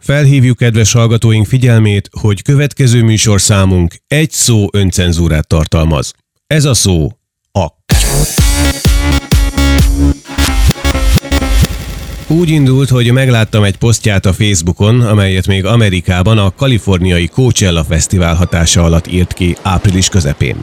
Felhívjuk kedves hallgatóink figyelmét, hogy következő műsorszámunk egy szó öncenzúrát tartalmaz. Ez a szó a. Úgy indult, hogy megláttam egy posztját a Facebookon, amelyet még Amerikában a kaliforniai Coachella Fesztivál hatása alatt írt ki április közepén.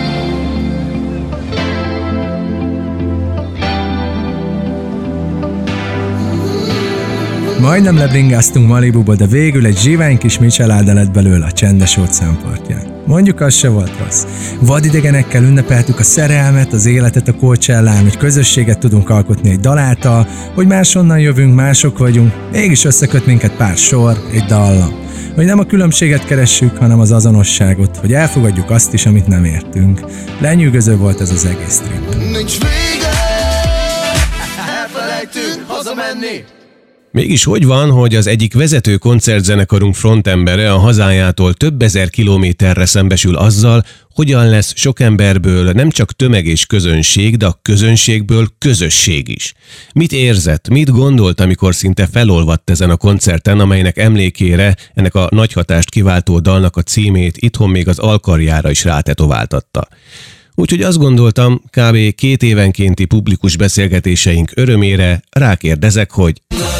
Majdnem lebringáztunk Malibuba, de végül egy zsivány kis micseláda lett belőle a csendes óceán partján. Mondjuk az se volt rossz. Vadidegenekkel ünnepeltük a szerelmet, az életet a Coachellán, hogy közösséget tudunk alkotni egy dal által, hogy máshonnan jövünk, mások vagyunk, mégis összeköt minket pár sor, egy dallam. Hogy nem a különbséget keressük, hanem az azonosságot, hogy elfogadjuk azt is, amit nem értünk. Lenyűgöző volt ez az egész trip. Nincs vége, elfelejtünk hazamenni. Mégis hogy van, hogy az egyik vezető koncertzenekarunk frontembere a hazájától több ezer kilométerre szembesül azzal, hogyan lesz sok emberből nem csak tömeg és közönség, de a közönségből közösség is. Mit érzett, mit gondolt, amikor szinte felolvadt ezen a koncerten, amelynek emlékére ennek a nagy hatást kiváltó dalnak a címét itthon még az alkarjára is rátetováltatta. Úgyhogy azt gondoltam, kb. 2 évenkénti publikus beszélgetéseink örömére rákérdezek, hogy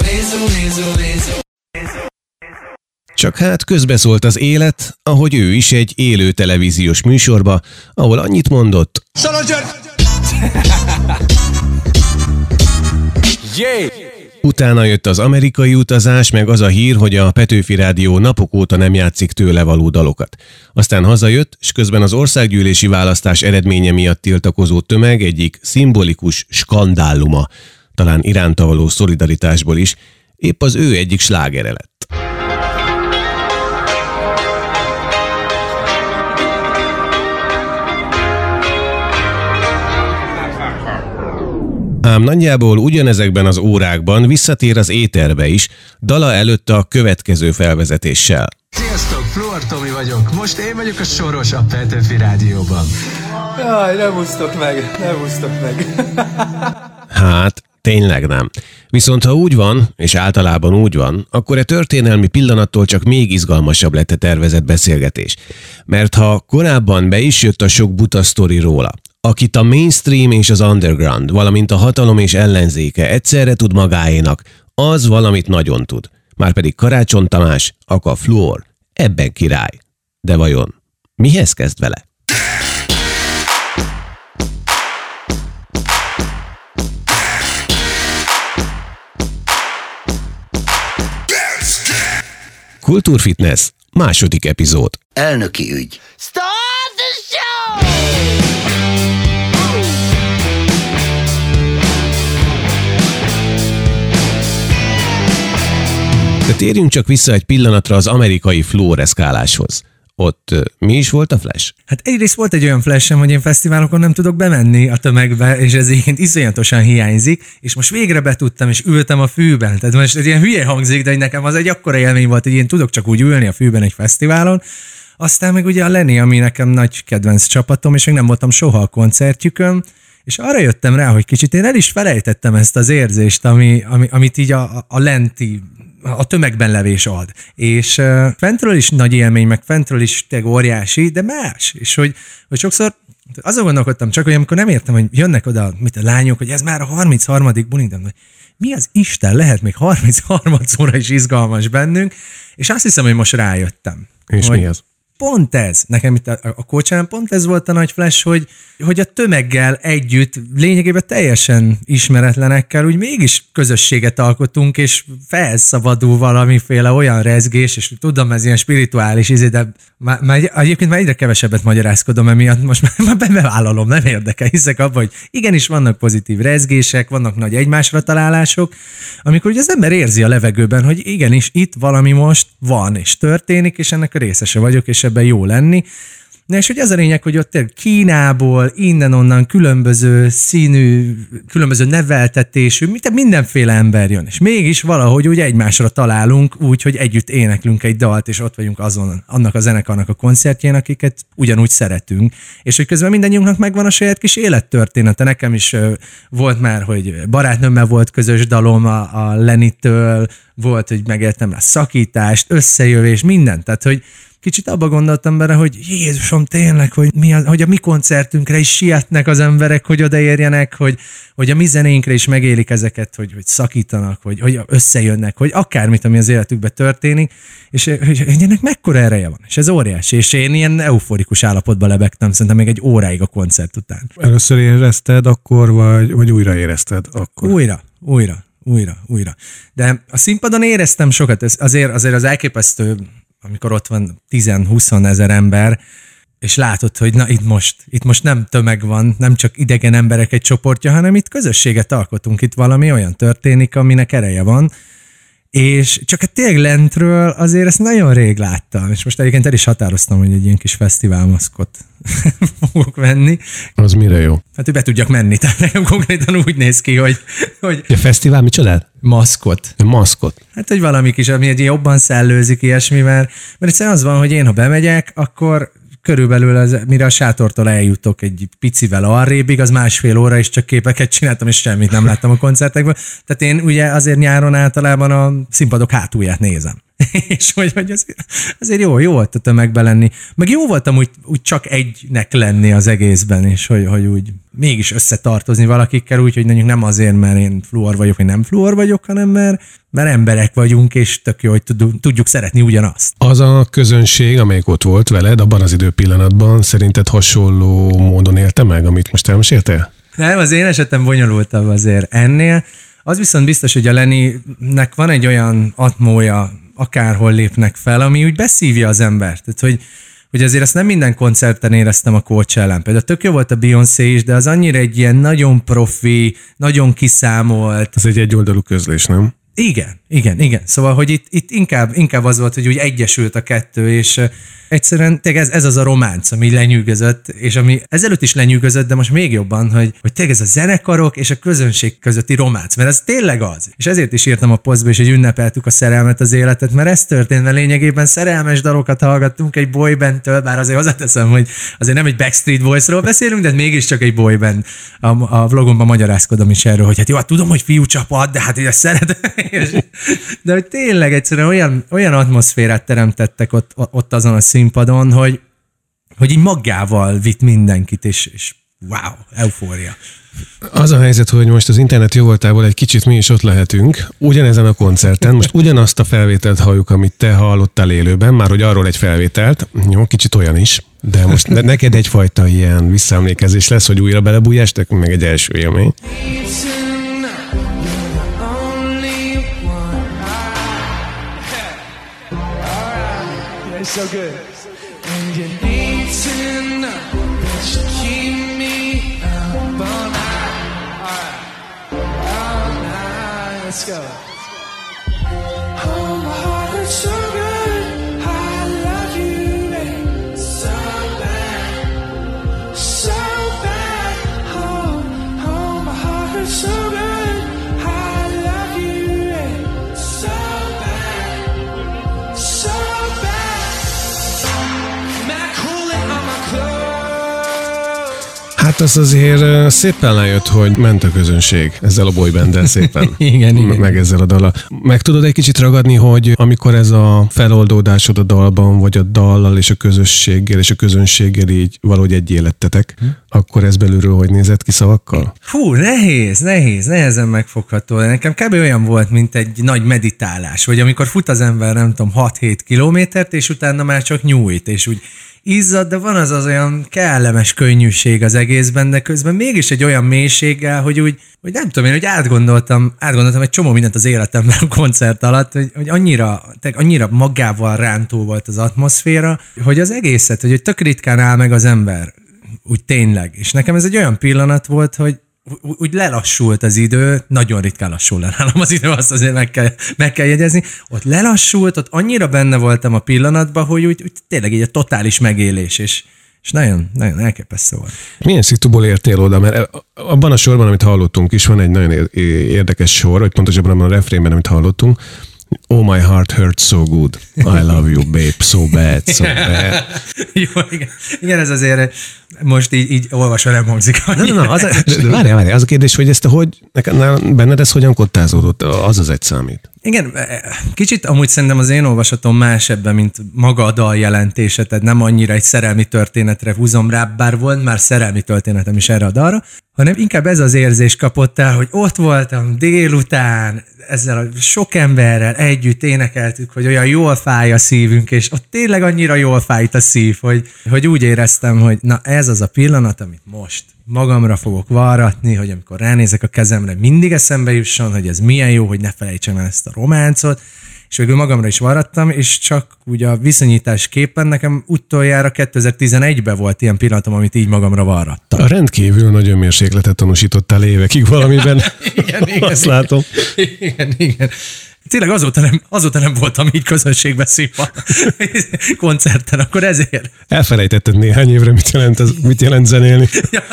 csak hát közbeszólt az élet, ahogy ő is egy élő televíziós műsorba, ahol annyit mondott. Utána jött az amerikai utazás, meg az a hír, hogy a Petőfi Rádió napok óta nem játszik tőle való dalokat. Aztán hazajött, és közben az országgyűlési választás eredménye miatt tiltakozó tömeg egyik szimbolikus skandáluma, talán iránta való szolidaritásból is, épp az ő egyik slágere lett. Ám nagyjából ugyanezekben az órákban visszatér az éterbe is, dala előtt a következő felvezetéssel. Sziasztok, Fluor Tomi vagyok. Most én vagyok a Soros a Petőfi Rádióban. Jaj, nem úsztok meg. Hát, tényleg nem. Viszont ha úgy van, és általában úgy van, akkor a történelmi pillanattól csak még izgalmasabb lett a tervezett beszélgetés. Mert ha korábban be is jött a sok buta sztori róla, akit a mainstream és az underground, valamint a hatalom és ellenzéke egyszerre tud magáénak, az valamit nagyon tud. Márpedig Karácsony Tamás, aka Fluor, ebben király. De vajon mihez kezd vele? Kultúrfitness, második epizód. Elnöki ügy. Start the show! De térjünk csak vissza egy pillanatra az amerikai fluoreszkáláshoz. Ott mi is volt a flash? Hát egyrészt volt egy olyan flashem, hogy én fesztiválokon nem tudok bemenni a tömegbe, és ez így iszonyatosan hiányzik, és most végre betudtam, és ültem a fűben. Tehát most ez ilyen hülye hangzik, de nekem az egy akkora élmény volt, hogy én tudok csak úgy ülni a fűben egy fesztiválon. Aztán meg ugye a Lenny, ami nekem nagy kedvenc csapatom, és még nem voltam soha a koncertjükön, és arra jöttem rá, hogy kicsit én el is felejtettem ezt az érzést, amit így a lenti, a tömegben levés ad. És fentről is nagy élmény, meg fentről is óriási, de más. És hogy sokszor azon gondolkodtam csak, hogy amikor nem értem, hogy jönnek oda a lányok, hogy ez már a 33. bulin, hogy mi az Isten lehet még 33 óra is izgalmas bennünk, és azt hiszem, hogy most rájöttem. És mi az? Pont ez. Nekem itt a Coachellán pont ez volt a nagy flash, hogy a tömeggel együtt, lényegében teljesen ismeretlenekkel, úgy mégis közösséget alkotunk, és felszabadul valamiféle olyan rezgés, és tudom, ez ilyen spirituális de egyébként már egyre kevesebbet magyarázkodom emiatt, most már bevállalom, nem érdekel, hiszek abban, hogy igenis vannak pozitív rezgések, vannak nagy egymásra találások, amikor ugye az ember érzi a levegőben, hogy igenis itt valami most van, és történik, és ennek a részese vagyok, és ebben jó lenni. Na és hogy az a lényeg, hogy ott Kínából, innen-onnan különböző színű, különböző neveltetésű, mindenféle ember jön. És mégis valahogy úgy egymásra találunk, úgy, hogy együtt éneklünk egy dalt, és ott vagyunk annak a zenekarnak a koncertjén, akiket ugyanúgy szeretünk. És hogy közben mindannyiunknak megvan a saját kis élettörténete. Nekem is volt már, hogy barátnőmmel volt közös dalom a Lenitől, volt, hogy megértem rá szakítást, összejövés, mindent. Tehát, hogy kicsit abba gondoltam bele, hogy Jézusom, tényleg, hogy a mi koncertünkre is sietnek az emberek, hogy odaérjenek, hogy a mi zenénkre is megélik ezeket, hogy szakítanak, hogy összejönnek, hogy akármit, ami az életükben történik, és hogy ennek mekkora ereje van. És ez óriási. És én ilyen euforikus állapotban lebegtem, szerintem még egy óráig a koncert után. Először érezted akkor, vagy újra érezted akkor? Újra. De a színpadon éreztem sokat, azért az elképesztő, amikor ott van 10-20 ezer ember, és látod, hogy na itt most nem tömeg van, nem csak idegen emberek egy csoportja, hanem itt közösséget alkotunk, itt valami olyan történik, aminek ereje van, és csak tényleg lentről azért ezt nagyon rég láttam, és most egyébként el is határoztam, hogy egy ilyen kis fesztiválmaszkot fogok venni. Az mire jó? Hát, hogy be tudjak menni, tehát nekem konkrétan úgy néz ki, hogy A fesztivál micsoda? maszkot. Maszkot. Hát, hogy valami kis, ami egy jobban szellőzik ilyesmi, mert egyszerűen az van, hogy én, ha bemegyek, akkor körülbelül mire a sátortól eljutok egy picivel arrébig, az 1,5 óra, és csak képeket csináltam, és semmit nem láttam a koncertekből. Tehát én ugye azért nyáron általában a színpadok hátulját nézem. És hogy azért jó volt a tömegben lenni. Meg jó voltam úgy csak egynek lenni az egészben, és hogy úgy mégis összetartozni valakikkel, úgyhogy nem azért, mert én fluor vagyok, vagy nem fluor vagyok, hanem mert emberek vagyunk, és tök jó, hogy tudjuk szeretni ugyanazt. Az a közönség, amelyik ott volt veled abban az időpillanatban, szerinted hasonló módon élte meg, amit most elmeséltél? Nem, az én esetem bonyolultabb azért ennél. Az viszont biztos, hogy a Lennynek van egy olyan atmója, akárhol lépnek fel, ami úgy beszívja az embert. Tehát, hogy azért azt nem minden koncerten éreztem a Coachellán. Például tök jó volt a Beyoncé is, de az annyira egy ilyen nagyon profi, nagyon kiszámolt. Ez egy egyoldalú közlés, nem? Igen. Szóval, hogy itt inkább az volt, hogy úgy egyesült a kettő, és egyszerűen ez az a románc, ami lenyűgözött, és ami ezelőtt is lenyűgözött, de most még jobban, hogy tényleg ez a zenekarok és a közönség közötti románc, mert ez tényleg az. És ezért is írtam a posztba is, hogy ünnepeltük a szerelmet, az életet, mert ez történt, mert lényegében szerelmes dalokat hallgattunk egy boybandtől, bár azért hozzáteszem, hogy azért nem egy Backstreet Boysról beszélünk, de mégiscsak egy boyband. A vlogomban magyarázkodom is erről, hogy hát jó, hát tudom, hogy fiú csapat, de hát ezt szeretem. De hogy tényleg egyszerűen olyan atmoszférát teremtettek ott azon a színpadon, hogy így magával vitt mindenkit, és wow, eufória. Az a helyzet, hogy most az internet jó voltából egy kicsit mi is ott lehetünk, ugyanezen a koncerten, most ugyanazt a felvételt halljuk, amit te hallottál élőben, már hogy arról egy felvételt, jó, kicsit olyan is, de most neked egyfajta ilyen visszaemlékezés lesz, hogy újra belebújástok, meg egy első élmény. So good. And you need to know that you keep me up all night. All night. Let's go. Oh, my heart hurts so good. I love you, babe. So bad. So bad. Oh, my heart hurts so good. I love you, babe. So bad. So Hát az azért szépen lejött, hogy ment a közönség ezzel a boybanddel szépen. Igen. Meg ezzel a dallal. Meg tudod egy kicsit ragadni, hogy amikor ez a feloldódásod a dalban, vagy a dallal és a közösséggel és a közönséggel így valahogy egyé lettetek, akkor ez belülről hogy nézett ki szavakkal? Fú, nehezen megfogható. Nekem kb. Olyan volt, mint egy nagy meditálás, vagy amikor fut az ember, nem tudom, 6-7 kilométert, és utána már csak nyújt, és úgy izzad, de van az olyan kellemes könnyűség az egészben, de közben mégis egy olyan mélységgel, hogy nem tudom én, hogy átgondoltam egy csomó mindent az életemben a koncert alatt, hogy annyira magával rántó volt az atmoszféra, hogy az egészet, hogy tök ritkán áll meg az ember, úgy tényleg. És nekem ez egy olyan pillanat volt, hogy úgy lelassult az idő, nagyon ritkán lassul le nálam az idő, azt azért meg kell jegyezni. Ott lelassult, ott annyira benne voltam a pillanatban, hogy úgy tényleg így a totális megélés, és És nagyon, nagyon elképesztő volt. Milyen szituból értél oda? Mert abban a sorban, amit hallottunk is, van egy nagyon érdekes sor, vagy pontosabban abban a refrénben, amit hallottunk, Oh, my heart hurts so good. I love you, babe, so bad, so bad. Jó, igen, ez azért most így olvasva nem hangzik. Várjál, az a kérdés, hogy ezt benned ez hogyan kottázódott? Az egy számít. Igen, kicsit amúgy szerintem az én olvasatom más ebben, mint maga a dal jelentése, tehát nem annyira egy szerelmi történetre húzom rá, bár volt már szerelmi történetem is erre a dalra, hanem inkább ez az érzés kapott el, hogy ott voltam délután, ezzel a sok emberrel együtt énekeltük, hogy olyan jól fáj a szívünk, és ott tényleg annyira jól fájt a szív, hogy úgy éreztem, hogy na ez az a pillanat, amit most magamra fogok varratni, hogy amikor ránézek a kezemre, mindig eszembe jusson, hogy ez milyen jó, hogy ne felejtsem el ezt a románcot, és végül magamra is varrattam, és csak úgy a viszonyításképpen nekem utoljára 2011-ben volt ilyen pillanatom, amit így magamra varrattam. A rendkívül nagy önmérsékletet tanúsítottál évekig valamiben. igen, azt látom. Igen. Tényleg azóta nem voltam így közönségben színpad koncerten, akkor ezért. Elfelejtetted néhány évre, mit jelent zenélni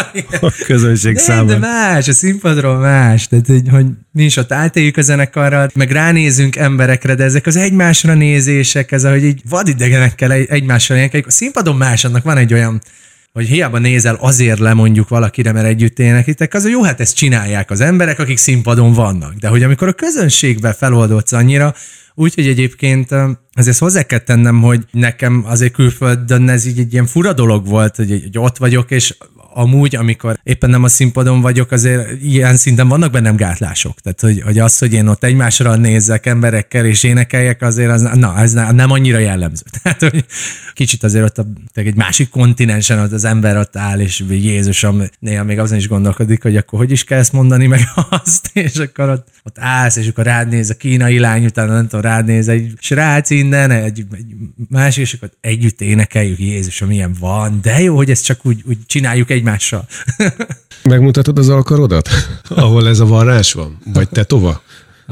a közönség számára. De más, a színpadról más. Tehát, hogy mi is ott átéljük a zenekarral, meg ránézünk emberekre, de ezek az egymásra nézések, ez ahogy így vadidegenekkel egymásra énekeljük. A színpadon más, annak van egy olyan, hogy hiába nézel azért le mondjuk valakire, mert együtt éneklitek, az jó, hát ezt csinálják az emberek, akik színpadon vannak. De hogy amikor a közönségbe feloldódsz annyira, úgyhogy egyébként azért hozzá kell tennem, hogy nekem azért külföldön ez így egy ilyen fura dolog volt, hogy ott vagyok, és amúgy, amikor éppen nem a színpadon vagyok, azért ilyen szinten vannak bennem gátlások. Tehát, hogy az, hogy én ott egymásra nézzek emberekkel és énekeljek, azért ez nem annyira jellemző. Tehát, hogy kicsit azért ott egy másik kontinensen ott az ember ott áll, és Jézusom néha még azon is gondolkodik, hogy akkor hogy is kell ezt mondani, meg azt, és akkor ott állsz, és akkor rád néz a kínai lány, utána nem tudom, rád néz egy srác innen, egy másik, és akkor együtt énekeljük, Jézusom, milyen van, de jó, hogy ezt csak úgy csináljuk egymással. Megmutatod az alkarodat, ahol ez a varrás van? Vagy tetova?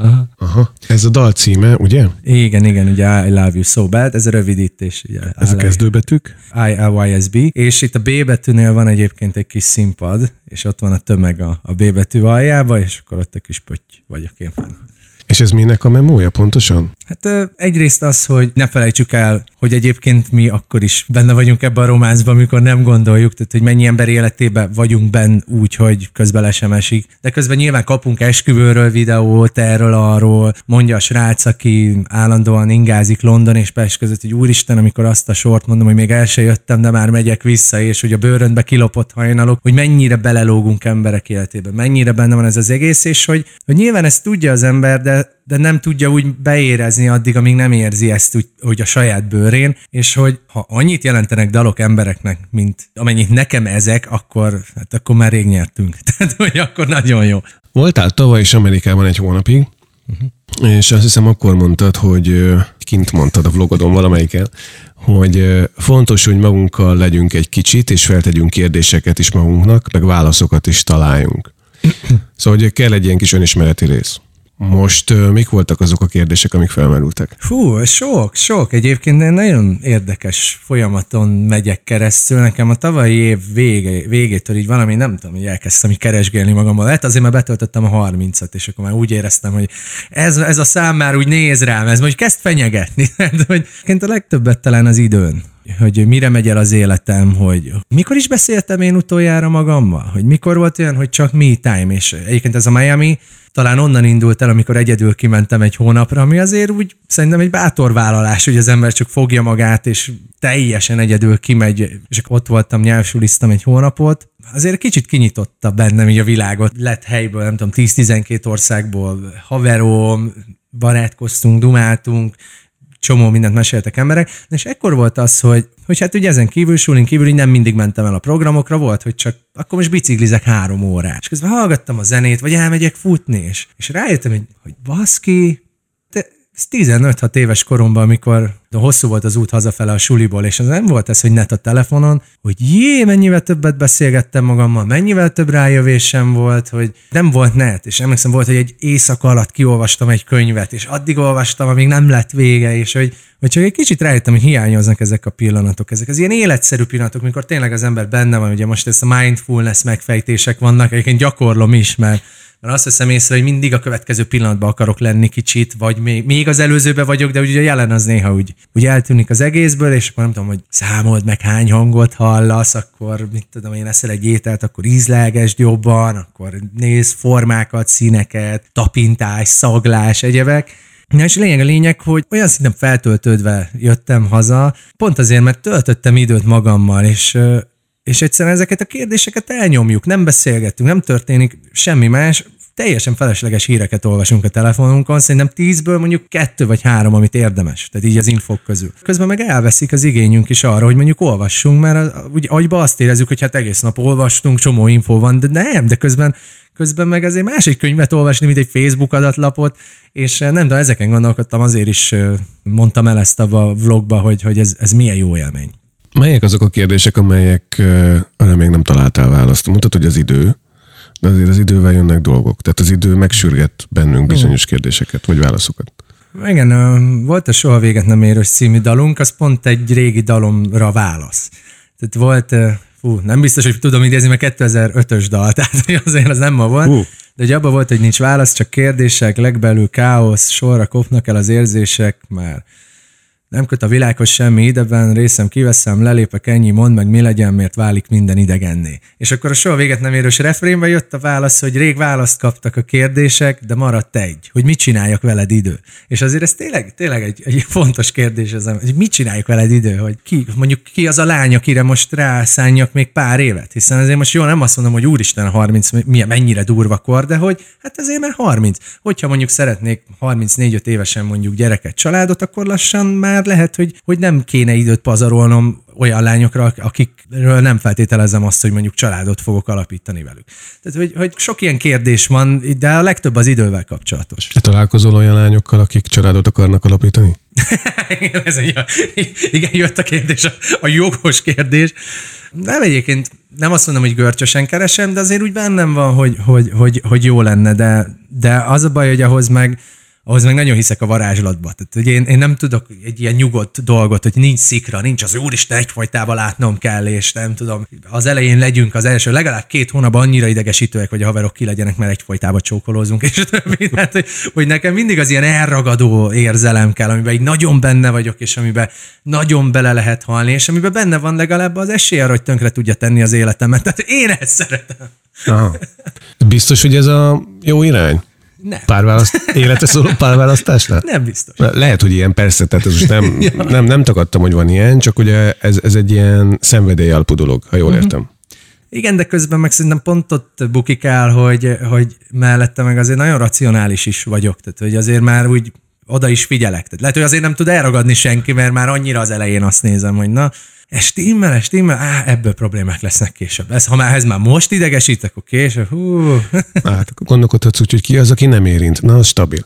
Aha. Ez a dal címe, ugye? Igen, ugye I love you so bad, ez a rövidítés. Ugye, ez a kezdőbetűk? ILYSB, és itt a B betűnél van egyébként egy kis színpad, és ott van a tömeg a B betű aljába, és akkor ott a kis pötty vagyok én fenn. És ez minek a memója pontosan? Hát egyrészt az, hogy ne felejtsük el, hogy egyébként mi akkor is benne vagyunk ebben a románcban, amikor nem gondoljuk, tehát hogy mennyi ember életében vagyunk benne úgy, hogy közben le sem esik. De közben nyilván kapunk esküvőről videót, erről, arról, mondja a srác, aki állandóan ingázik London és Pest között, hogy úristen, amikor azt a sort mondom, hogy még el se jöttem, de már megyek vissza, és hogy a bőröndbe kilopott hajnalok, hogy mennyire belelógunk emberek életében, mennyire benne van ez az egész, és hogy nyilván ezt tudja az ember, de nem tudja úgy beérezni addig, amíg nem érzi ezt úgy, hogy a saját bőrén, és hogy ha annyit jelentenek dalok embereknek, mint amennyit nekem ezek, akkor már rég nyertünk. Tehát, hogy akkor nagyon jó. Voltál tavaly is Amerikában egy hónapig, és azt hiszem akkor mondtad, hogy kint mondtad a vlogodon valamelyiken, hogy fontos, hogy magunkkal legyünk egy kicsit, és feltegyünk kérdéseket is magunknak, meg válaszokat is találjunk. Szóval, hogy kell egy ilyen kis önismereti rész. Most mik voltak azok a kérdések, amik felmerültek? Fú, sok. Egyébként én nagyon érdekes folyamaton megyek keresztül. Nekem a tavalyi év végétől így valami, nem tudom, hogy elkezdtem így keresgélni magammal. Lehet azért, mert betöltöttem a 30-at, és akkor már úgy éreztem, hogy ez a szám már úgy néz rám, ez most kezd fenyegetni. Hogy a legtöbbet talán az időn. Hogy mire megy el az életem, hogy mikor is beszéltem én utoljára magammal, hogy mikor volt olyan, hogy csak me time, és egyébként ez a Miami talán onnan indult el, amikor egyedül kimentem egy hónapra, ami azért úgy szerintem egy bátor vállalás, hogy az ember csak fogja magát, és teljesen egyedül kimegy, és ott voltam, nyelvsuliztam egy hónapot. Azért kicsit kinyitotta bennem így a világot. Lett helyből, nem tudom, 10-12 országból haverom, barátkoztunk, dumáltunk, csomó mindent meséltek emberek, és ekkor volt az, hogy hát ugye ezen kívül, sulin kívül így nem mindig mentem el a programokra, volt, hogy csak akkor most biciklizek 3 órát. És közben hallgattam a zenét, vagy elmegyek futni, és rájöttem, hogy baszki, Ez 15-6 éves koromban, amikor hosszú volt az út hazafele a suliból, és az nem volt ez, hogy net a telefonon, hogy mennyivel többet beszélgettem magammal, mennyivel több rájövésem volt, hogy nem volt net, és emlékszem volt, hogy egy éjszaka alatt kiolvastam egy könyvet, és addig olvastam, amíg nem lett vége, és hogy csak egy kicsit rájöttem, hogy hiányoznak ezek a pillanatok, ezek az ilyen életszerű pillanatok, mikor tényleg az ember benne van, ugye most ezt a mindfulness megfejtések vannak, egyébként gyakorlom is, mert azt veszem észre, hogy mindig a következő pillanatban akarok lenni kicsit, vagy még az előzőben vagyok, de ugye jelen az néha úgy eltűnik az egészből, és akkor nem tudom, hogy számold meg hány hangot hallasz, akkor mit tudom én, eszel egy ételt, akkor ízlelgesd jobban, akkor nézd formákat, színeket, tapintás, szaglás, egyebek. Na és a lényeg, hogy olyan szinten feltöltődve jöttem haza, pont azért, mert töltöttem időt magammal, és egyszerűen ezeket a kérdéseket elnyomjuk, nem beszélgettünk, nem történik semmi más, teljesen felesleges híreket olvasunk a telefonunkon, szerintem 10-ből mondjuk 2 vagy 3, amit érdemes, tehát így az infók közül. Közben meg elveszik az igényünk is arra, hogy mondjuk olvassunk, mert úgy agyba azt érezzük, hogy hát egész nap olvastunk, csomó infó van, de nem, de közben meg azért másik könyvet olvasni, mint egy Facebook adatlapot, és nem, de ezeken gondolkodtam, azért is mondtam el ezt a vlogba, hogy ez milyen jó élmény. Melyek azok a kérdések, amelyekre még nem találtál választ? Mondtad, hogy az idő, de azért az idővel jönnek dolgok. Tehát az idő megsürget bennünk bizonyos kérdéseket, vagy válaszokat. Igen, volt a Soha véget nem érős című dalunk, az pont egy régi dalomra válasz. Tehát volt, nem biztos, hogy tudom idézni, mert 2005-ös dal, tehát azért az nem ma volt, de hogy abban volt, hogy nincs válasz, csak kérdések, legbelül káosz, sorra kopnak el az érzések, már nem köt a világhoz semmi ideben, részem kiveszem, lelépek, ennyi, mondd meg, mi legyen, miért válik minden idegenné. És akkor a Soha véget nem érős refrénbe jött a válasz, hogy rég választ kaptak a kérdések, de maradt egy, hogy mit csináljak veled idő. És azért ez tényleg egy fontos kérdés, hogy mit csináljak veled idő, hogy ki az a lány, akire most rászánjak még pár évet, hiszen azért most jó, nem azt mondom, hogy úristen a 30 mennyire durva kor, de hogy hát azért már 30. Hogyha mondjuk szeretnék 34-5 évesen mondjuk gyereket, családot, akkor lassan már lehet, hogy nem kéne időt pazarolnom olyan lányokra, akikről nem feltételezem azt, hogy mondjuk családot fogok alapítani velük. Tehát, hogy sok ilyen kérdés van, de a legtöbb az idővel kapcsolatos. Te találkozol olyan lányokkal, akik családot akarnak alapítani? Igen, jött a kérdés, a jogos kérdés. Nem egyébként, nem azt mondom, hogy görcsösen keresem, de azért úgy bennem van, hogy jó lenne, de az a baj, hogy ahhoz meg nagyon hiszek a varázslatba. Tehát, hogy én nem tudok egy ilyen nyugodt dolgot, hogy nincs szikra, nincs az úristen egyfolytában látnom kell, és nem tudom, az elején legyünk az első, legalább 2 hónapban annyira idegesítőek, hogy a haverok ki legyenek, mert egyfolytában csókolózunk, és többi. Hát, hogy nekem mindig az ilyen elragadó érzelem kell, amiben így nagyon benne vagyok, és amiben nagyon bele lehet halni, és amiben benne van legalább az esély arra, hogy tönkre tudja tenni az életemet. Tehát én ezt szeretem. Aha. Biztos, hogy ez a jó irány? Nem. Életre szóló párválasztásnál? Nem biztos. Lehet, hogy ilyen, persze, tehát ez most nem tagadtam, hogy van ilyen, csak ugye ez egy ilyen szenvedélyalpú dolog, ha jól értem. Igen, de közben meg szerintem pont ott bukik el, hogy mellette meg azért nagyon racionális is vagyok, tehát hogy azért már úgy oda is figyelek. Tehát lehet, hogy azért nem tud elragadni senki, mert már annyira az elején azt nézem, hogy na, ez stimmel, ebből problémák lesznek később. Ha ez már most idegesít, akkor később, Hát, akkor gondolkodhatsz úgy, hogy ki az, aki nem érint. Na, az stabil.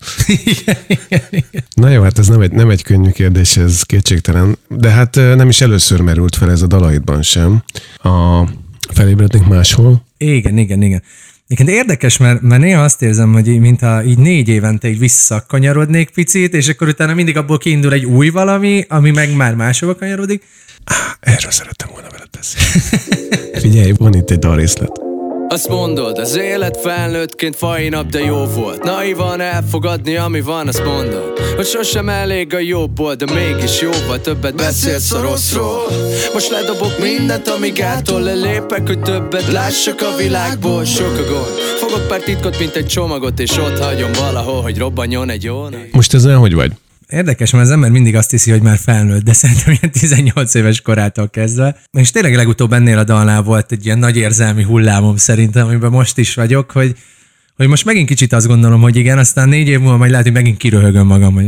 Igen. Na jó, hát ez nem egy könnyű kérdés, ez kétségtelen. De hát nem is először merült fel ez a dalaidban sem. Felébrednénk máshol. Igen. Igen, érdekes, mert néha azt érzem, hogy mintha így 4 évente így visszakanyarodnék picit, és akkor utána mindig abból kiindul egy új valami, ami meg már máshova kanyarodik. Erről szerettem volna veled beszélni. Figyelj, van itt egy dalrészlet. Azt mondod, az élet felnőttként fai nap, de jó volt. Naivan elfogadni, ami van, azt mondod, hogy sosem elég a jobbból, de mégis jóval többet beszélsz a rosszról. Most ledobok mindent, amíg gától lelépek, hogy többet lássak a világból. Sok a gond, fogok pár titkot, mint egy csomagot, és ott hagyom valahol, hogy robbanjon egy jó nagy. Most ezen hogy vagy? Érdekes, mert az ember mindig azt hiszi, hogy már felnőtt, de szerintem ilyen 18 éves korától kezdve. És tényleg legutóbb ennél a dalnál volt egy ilyen nagy érzelmi hullámom szerintem, amiben most is vagyok, hogy most megint kicsit azt gondolom, hogy igen, aztán 4 év múlva majd lehet, hogy megint kiröhögöm magam, hogy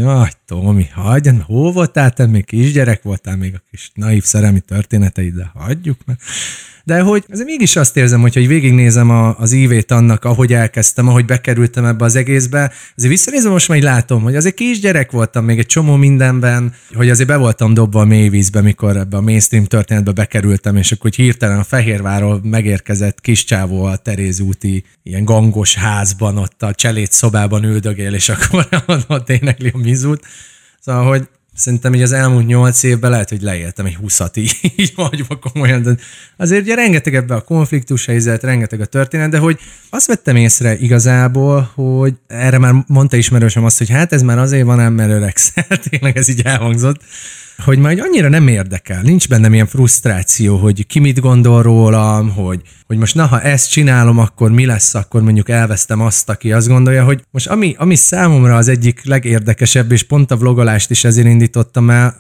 Tomi, hagyj, hol voltál te, még kisgyerek voltál, még a kis naív szerelmi történeteid, de hagyjuk meg. De hogy azért mégis azt érzem, hogy végignézem az ívét annak, ahogy elkezdtem, ahogy bekerültem ebbe az egészbe, azért visszanézem, most már így látom, hogy azért kisgyerek voltam még egy csomó mindenben, hogy azért be voltam dobva a mélyvízbe, mikor ebbe a mainstream történetbe bekerültem, és akkor hirtelen a Fehérvárról megérkezett kis csávó a Teréz úti ilyen gangos házban, ott a cselét szobában üldögél, és akkor ott énekli a Mizút. Szóval, hogy szerintem így az elmúlt 8 évben lehet, hogy leéltem egy 20-at így hagyva komolyan. De azért ugye rengeteg ebbe a konfliktus helyzet, rengeteg a történet, de hogy azt vettem észre igazából, hogy erre már mondta ismerősöm azt, hogy hát ez már azért van ám, mert öregszel, tényleg ez így elhangzott, hogy majd annyira nem érdekel, nincs bennem ilyen frusztráció, hogy ki mit gondol rólam, hogy most ha ezt csinálom, akkor mi lesz, akkor mondjuk elvesztem azt, aki azt gondolja, hogy most ami számomra az egyik legérdekesebb, és pont a vlogolást is ezért indítottam el,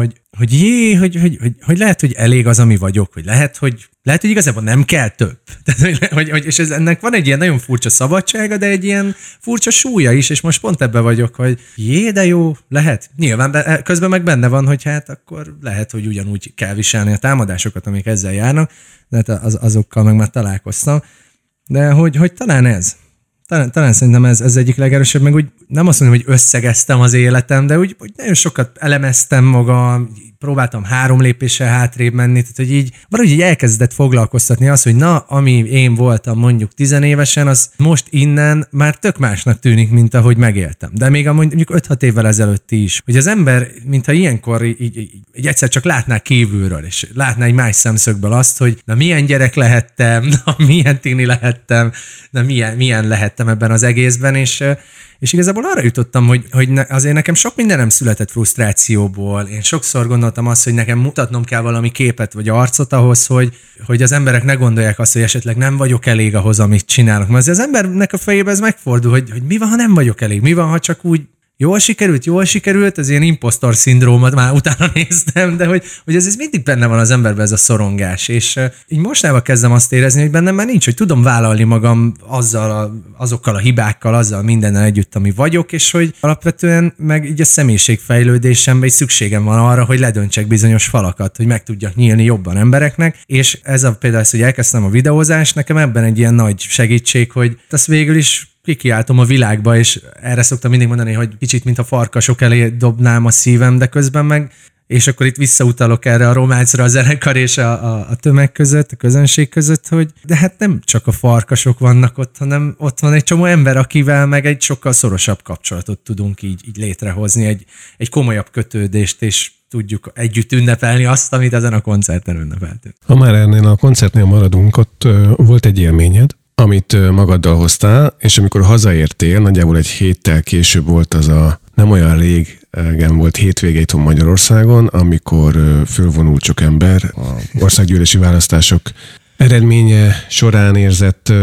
hogy lehet, hogy elég az, ami vagyok, hogy lehet, hogy igazából nem kell több. Tehát, és ennek van egy ilyen nagyon furcsa szabadsága, de egy ilyen furcsa súlya is, és most pont ebben vagyok, hogy de jó, lehet. Nyilván közben meg benne van, hogy hát akkor lehet, hogy ugyanúgy kell viselni a támadásokat, amik ezzel járnak, de hát azokkal meg már találkoztam. De hogy talán ez. Talán szerintem ez egyik legerősebb, meg úgy nem azt mondom, hogy összegeztem az életem, de úgy nagyon sokat elemeztem magam, próbáltam 3 lépéssel hátrébb menni, tehát hogy így valahogy így elkezdett foglalkoztatni az, hogy ami én voltam mondjuk 10 évesen, az most innen már tök másnak tűnik, mint ahogy megéltem. De még mondjuk 5-6 évvel ezelőtt is. Hogy az ember, mintha ilyenkor így egyszer csak látná kívülről, és látná egy más szemszögből azt, hogy na milyen gyerek lehettem, na milyen tini lehettem, na milyen lehettem ebben az egészben, és igazából arra jutottam, hogy azért nekem sok mindenem született frusztrációból. Én sokszor gondoltam azt, hogy nekem mutatnom kell valami képet vagy arcot ahhoz, hogy az emberek ne gondolják azt, hogy esetleg nem vagyok elég ahhoz, amit csinálok. Mert az embernek a fejében ez megfordul, hogy mi van, ha nem vagyok elég? Mi van, ha csak úgy jól sikerült, ez ilyen impostor szindrómat, már utána néztem, de hogy ez mindig benne van az emberben ez a szorongás, és így mostában kezdem azt érezni, hogy bennem már nincs, hogy tudom vállalni magam azokkal a hibákkal, azzal mindennel együtt, ami vagyok, és hogy alapvetően meg így a személyiségfejlődésemben is szükségem van arra, hogy ledöntsek bizonyos falakat, hogy meg tudjak nyílni jobban embereknek, és ez például az, hogy elkezdtem a videózást, nekem ebben egy ilyen nagy segítség, hogy ezt végül is kikiáltom a világba, és erre szoktam mindig mondani, hogy kicsit, mint a farkasok elé dobnám a szívem, de közben meg, és akkor itt visszautalok erre a románcra a zenekar és a tömeg között, a közönség között, hogy de hát nem csak a farkasok vannak ott, hanem ott van egy csomó ember, akivel meg egy sokkal szorosabb kapcsolatot tudunk így létrehozni, egy komolyabb kötődést, és tudjuk együtt ünnepelni azt, amit ezen a koncerten ünnepeltünk. Ha már ennél a koncertnél maradunk, ott volt egy élményed, amit magaddal hoztál, és amikor hazaértél, nagyjából egy héttel később volt az a nem olyan régen volt hétvége itthon Magyarországon, amikor fölvonult sok ember a országgyűlési választások eredménye során érzett,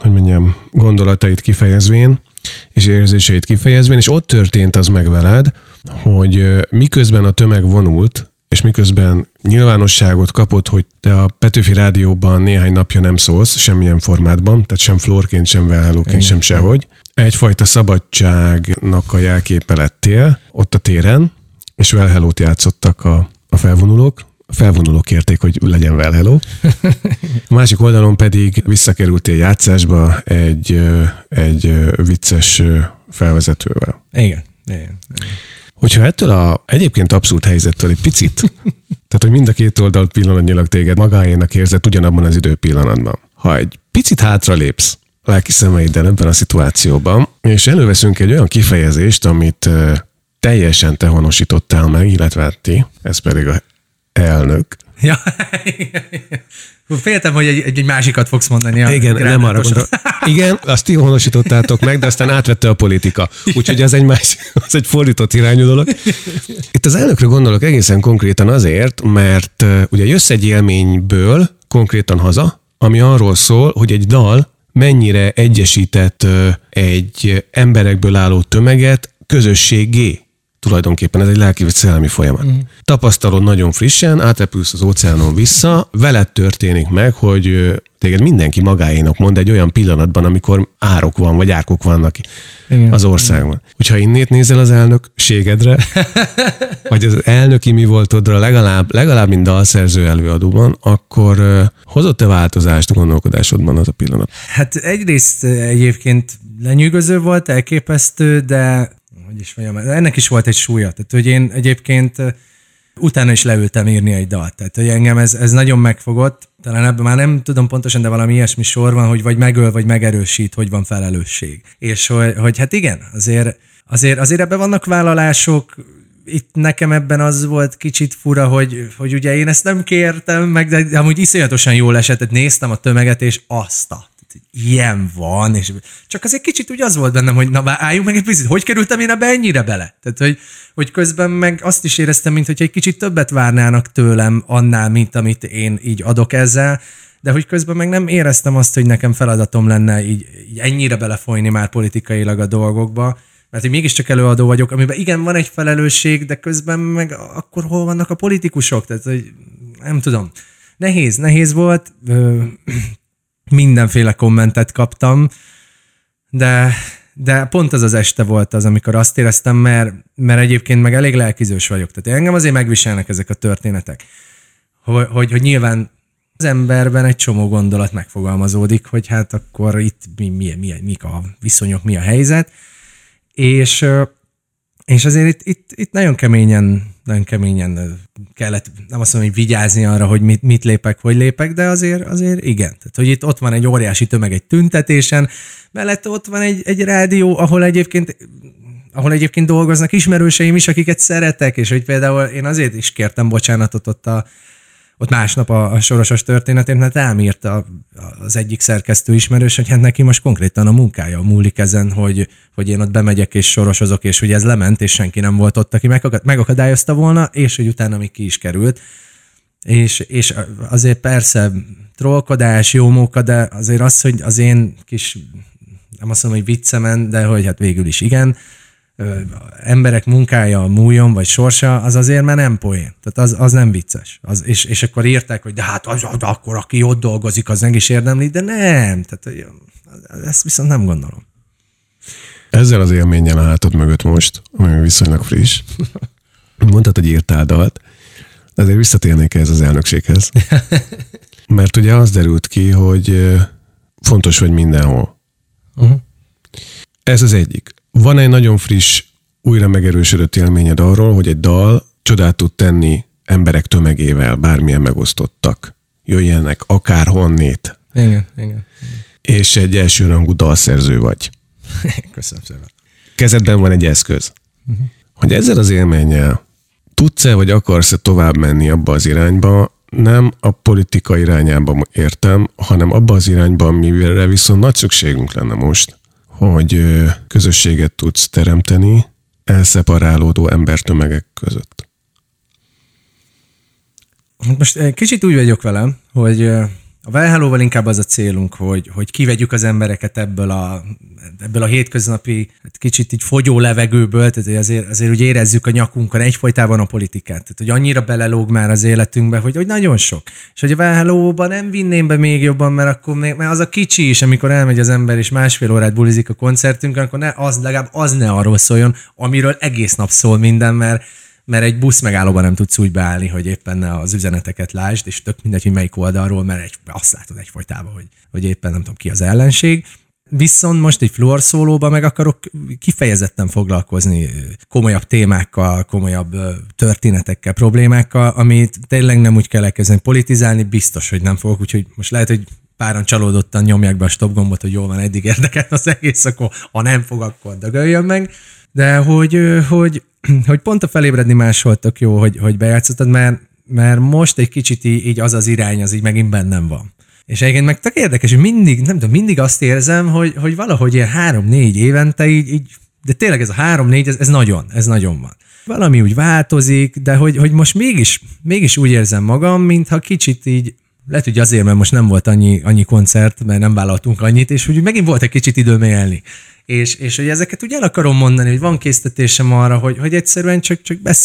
gondolatait kifejezvén, és érzéseit kifejezvén, és ott történt az meg veled, hogy miközben a tömeg vonult, és miközben nyilvánosságot kapott, hogy te a Petőfi Rádióban néhány napja nem szólsz semmilyen formátban, tehát sem flórként, sem Well-Hello-ként, sem sehogy. Egyfajta szabadságnak a jelképe lettél ott a téren, és Well-Hello-t játszottak a felvonulók. A felvonulók kérték, hogy legyen Well-Hello. A másik oldalon pedig visszakerültél játszásba egy vicces felvezetővel. Igen. Hogyha ettől a egyébként abszurd helyzettől egy picit, tehát hogy mind a két oldalt pillanatnyilag téged magáénak érzett ugyanabban az időpillanatban. Ha egy picit hátralépsz lelki szemeiddel ebben a szituációban, és előveszünk egy olyan kifejezést, amit teljesen te honosítottál meg, illetve ti, ez pedig a elnök. Ja, féltem, hogy egy másikat fogsz mondani. Igen, nem arra gondolom. Igen, azt ti honosítottátok meg, de aztán átvette a politika. Úgyhogy az egy fordított irányú dolog. Itt az elnökre gondolok egészen konkrétan azért, mert ugye jössz egy élményből konkrétan haza, ami arról szól, hogy egy dal mennyire egyesített egy emberekből álló tömeget közösségé. Tulajdonképpen ez egy lelki vagy szellemi folyamat. Tapasztalod nagyon frissen, átepülsz az óceánon vissza, veled történik meg, hogy téged mindenki magáénak mond egy olyan pillanatban, amikor árok van, vagy árkok vannak az országban. Hogyha innét nézel az elnökségedre, vagy az elnöki mi voltodra, legalább mint dalszerző előadóban, akkor hozott-e változást a gondolkodásodban az a pillanat? Hát egyrészt egyébként lenyűgöző volt, elképesztő, de hogy is mondjam, ennek is volt egy súlya. Tehát, hogy én egyébként utána is leültem írni egy dalt. Tehát, hogy engem ez nagyon megfogott. Talán ebben már nem tudom pontosan, de valami ilyesmi sor van, hogy vagy megöl, vagy megerősít, hogy van felelősség. És hogy hát igen, azért ebben vannak vállalások. Itt nekem ebben az volt kicsit fura, hogy ugye én ezt nem kértem meg, de amúgy iszonyatosan jól esett, tehát néztem a tömeget, és ilyen van, és csak azért kicsit úgy az volt bennem, hogy na álljunk meg egy picit, hogy kerültem én ebbe ennyire bele? Tehát, hogy közben meg azt is éreztem, mintha egy kicsit többet várnának tőlem annál, mint amit én így adok ezzel, de hogy közben meg nem éreztem azt, hogy nekem feladatom lenne így ennyire belefolyni már politikailag a dolgokba, mert hogy mégiscsak előadó vagyok, amiben igen, van egy felelősség, de közben meg akkor hol vannak a politikusok? Tehát, hogy nem tudom. Nehéz volt, mindenféle kommentet kaptam, de pont az este volt az, amikor azt éreztem, mert egyébként meg elég lelkizős vagyok. Tehát engem azért megviselnek ezek a történetek, hogy nyilván az emberben egy csomó gondolat megfogalmazódik, hogy hát akkor itt mik a viszonyok, mi a helyzet, és azért itt nagyon keményen kellett, nem azt mondom, hogy vigyázni arra, hogy mit lépek, hogy lépek, de azért igen. Tehát, hogy itt ott van egy óriási tömeg egy tüntetésen, mellett ott van egy rádió, ahol egyébként dolgoznak ismerőseim is, akiket szeretek, és hogy például én azért is kértem bocsánatot ott másnap a Sorosos történetén, mert elmírta az egyik szerkesztő ismerős, hogy hát neki most konkrétan a munkája múlik ezen, hogy én ott bemegyek és sorosozok, és hogy ez lement, és senki nem volt ott, aki megakadályozta volna, és hogy utána még ki is került. És azért persze trollkodás, jó móka, de azért az, hogy az én kis, nem azt mondom, hogy viccemen, de hogy hát végül is igen, emberek munkája, múljon, vagy sorsa, az azért már nem poén. Tehát az nem vicces. És akkor írták, hogy de hát akkor aki ott dolgozik, az meg is érdemli, de nem. Tehát ezt viszont nem gondolom. Ezzel az élménnyel a hátad mögött most, ami viszonylag friss. Mondtad, hogy írtál dalt, de azért visszatérnék ez az elnökséghez. Mert ugye az derült ki, hogy fontos vagy mindenhol. Ez az egyik. Van egy nagyon friss, újra megerősödött élményed arról, hogy egy dal csodát tud tenni emberek tömegével, bármilyen megosztottak. Jöjjenek akárhonnét. Igen. És egy elsőrangú dalszerző vagy. Köszönöm szépen. Kezedben van egy eszköz. Hogy ezzel az élménnyel tudsz-e, vagy akarsz-e tovább menni abba az irányba, nem a politika irányába értem, hanem abba az irányba, amire viszont nagy szükségünk lenne most, hogy közösséget tudsz teremteni elszeparálódó embertömegek között. Most kicsit úgy vagyok velem, hogy a Valhallóval inkább az a célunk, hogy kivegyük az embereket ebből a hétköznapi, kicsit így fogyó levegőből, tehát azért úgy érezzük a nyakunkon egyfolytában a politikát. Tehát, hogy annyira belelóg már az életünkbe, hogy nagyon sok. És hogy a Valhallóban nem vinném be még jobban, mert az a kicsi is, amikor elmegy az ember és másfél órát bulizik a koncertünkön, akkor legalább az ne arról szóljon, amiről egész nap szól minden, mert egy busz megállóban nem tudsz úgy beállni, hogy éppen az üzeneteket lásd, és tök mindegy, hogy melyik oldalról, mert azt látod egyfolytában, hogy éppen nem tudom ki az ellenség. Viszont most egy fluorszólóban meg akarok kifejezetten foglalkozni komolyabb témákkal, komolyabb történetekkel, problémákkal, amit tényleg nem úgy kell elkezdeni politizálni, biztos, hogy nem fogok, úgyhogy most lehet, hogy páran csalódottan nyomják be a stop gombot, hogy jól van, eddig érdekelt az egész, akkor ha nem fog, akkor dögöljön meg. De hogy pont a felébredni máshol tök jó, hogy bejátszottad, mert most egy kicsit így az irány, az így megint bennem van. És egyébként meg tök érdekes, hogy mindig azt érzem, hogy valahogy ilyen 3-4 évente így, de tényleg ez a 3-4, ez nagyon van. Valami úgy változik, de hogy most mégis úgy érzem magam, mintha kicsit így, lehet, hogy azért, mert most nem volt annyi koncert, mert nem vállaltunk annyit, és hogy megint volt egy kicsit időm élni. és hogy ezeket úgy el akarom mondani, hogy van késztetésem arra, hogy egyszerűen csak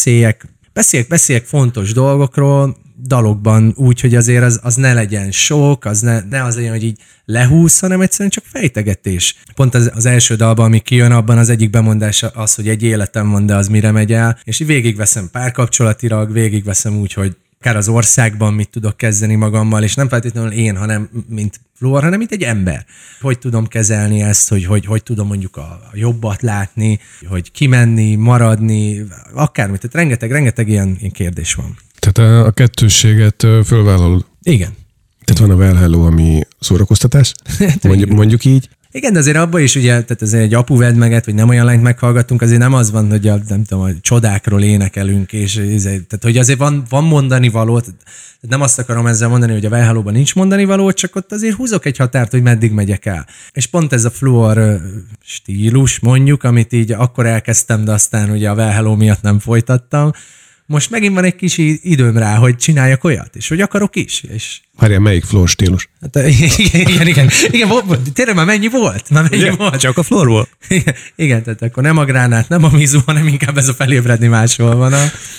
beszéljek fontos dolgokról, dalokban úgy, hogy azért az ne legyen sok, az ne az legyen, hogy így lehúz, hanem egyszerűen csak fejtegetés. Pont az első dalban, ami kijön, abban az egyik bemondás az, hogy egy életem van, de az mire megy el, és így végigveszem párkapcsolatilag, végigveszem úgy, hogy akár az országban mit tudok kezdeni magammal, és nem feltétlenül én, hanem mint Fluor, hanem mint egy ember. Hogy tudom kezelni ezt, hogy tudom mondjuk a jobbat látni, hogy kimenni, maradni, akármit. Tehát rengeteg ilyen kérdés van. Tehát a kettősséget fölvállalod? Igen. Tehát van a Well Hello, ami szórakoztatás, mondjuk így. Igen, de azért abban is ugye, tehát azért egy apu vedd meget, vagy nem olyan lányt meghallgattunk, azért nem az van, hogy a csodákról énekelünk, és tehát hogy azért van mondani való, tehát nem azt akarom ezzel mondani, hogy a Well Hello-ban nincs mondani való, csak ott azért húzok egy határt, hogy meddig megyek el. És pont ez a Fluor stílus, mondjuk, amit így akkor elkezdtem, de aztán ugye a Well Hello miatt nem folytattam. Most megint van egy kis időm rá, hogy csináljak olyat, és hogy akarok is. És... Várjál, melyik Fluor stílus? Hát, igen, tényleg már mennyi volt? Volt? Csak a Fluor volt? Igen, tehát akkor nem a gránát, nem a mizu, hanem inkább ez a felébredni máshol van.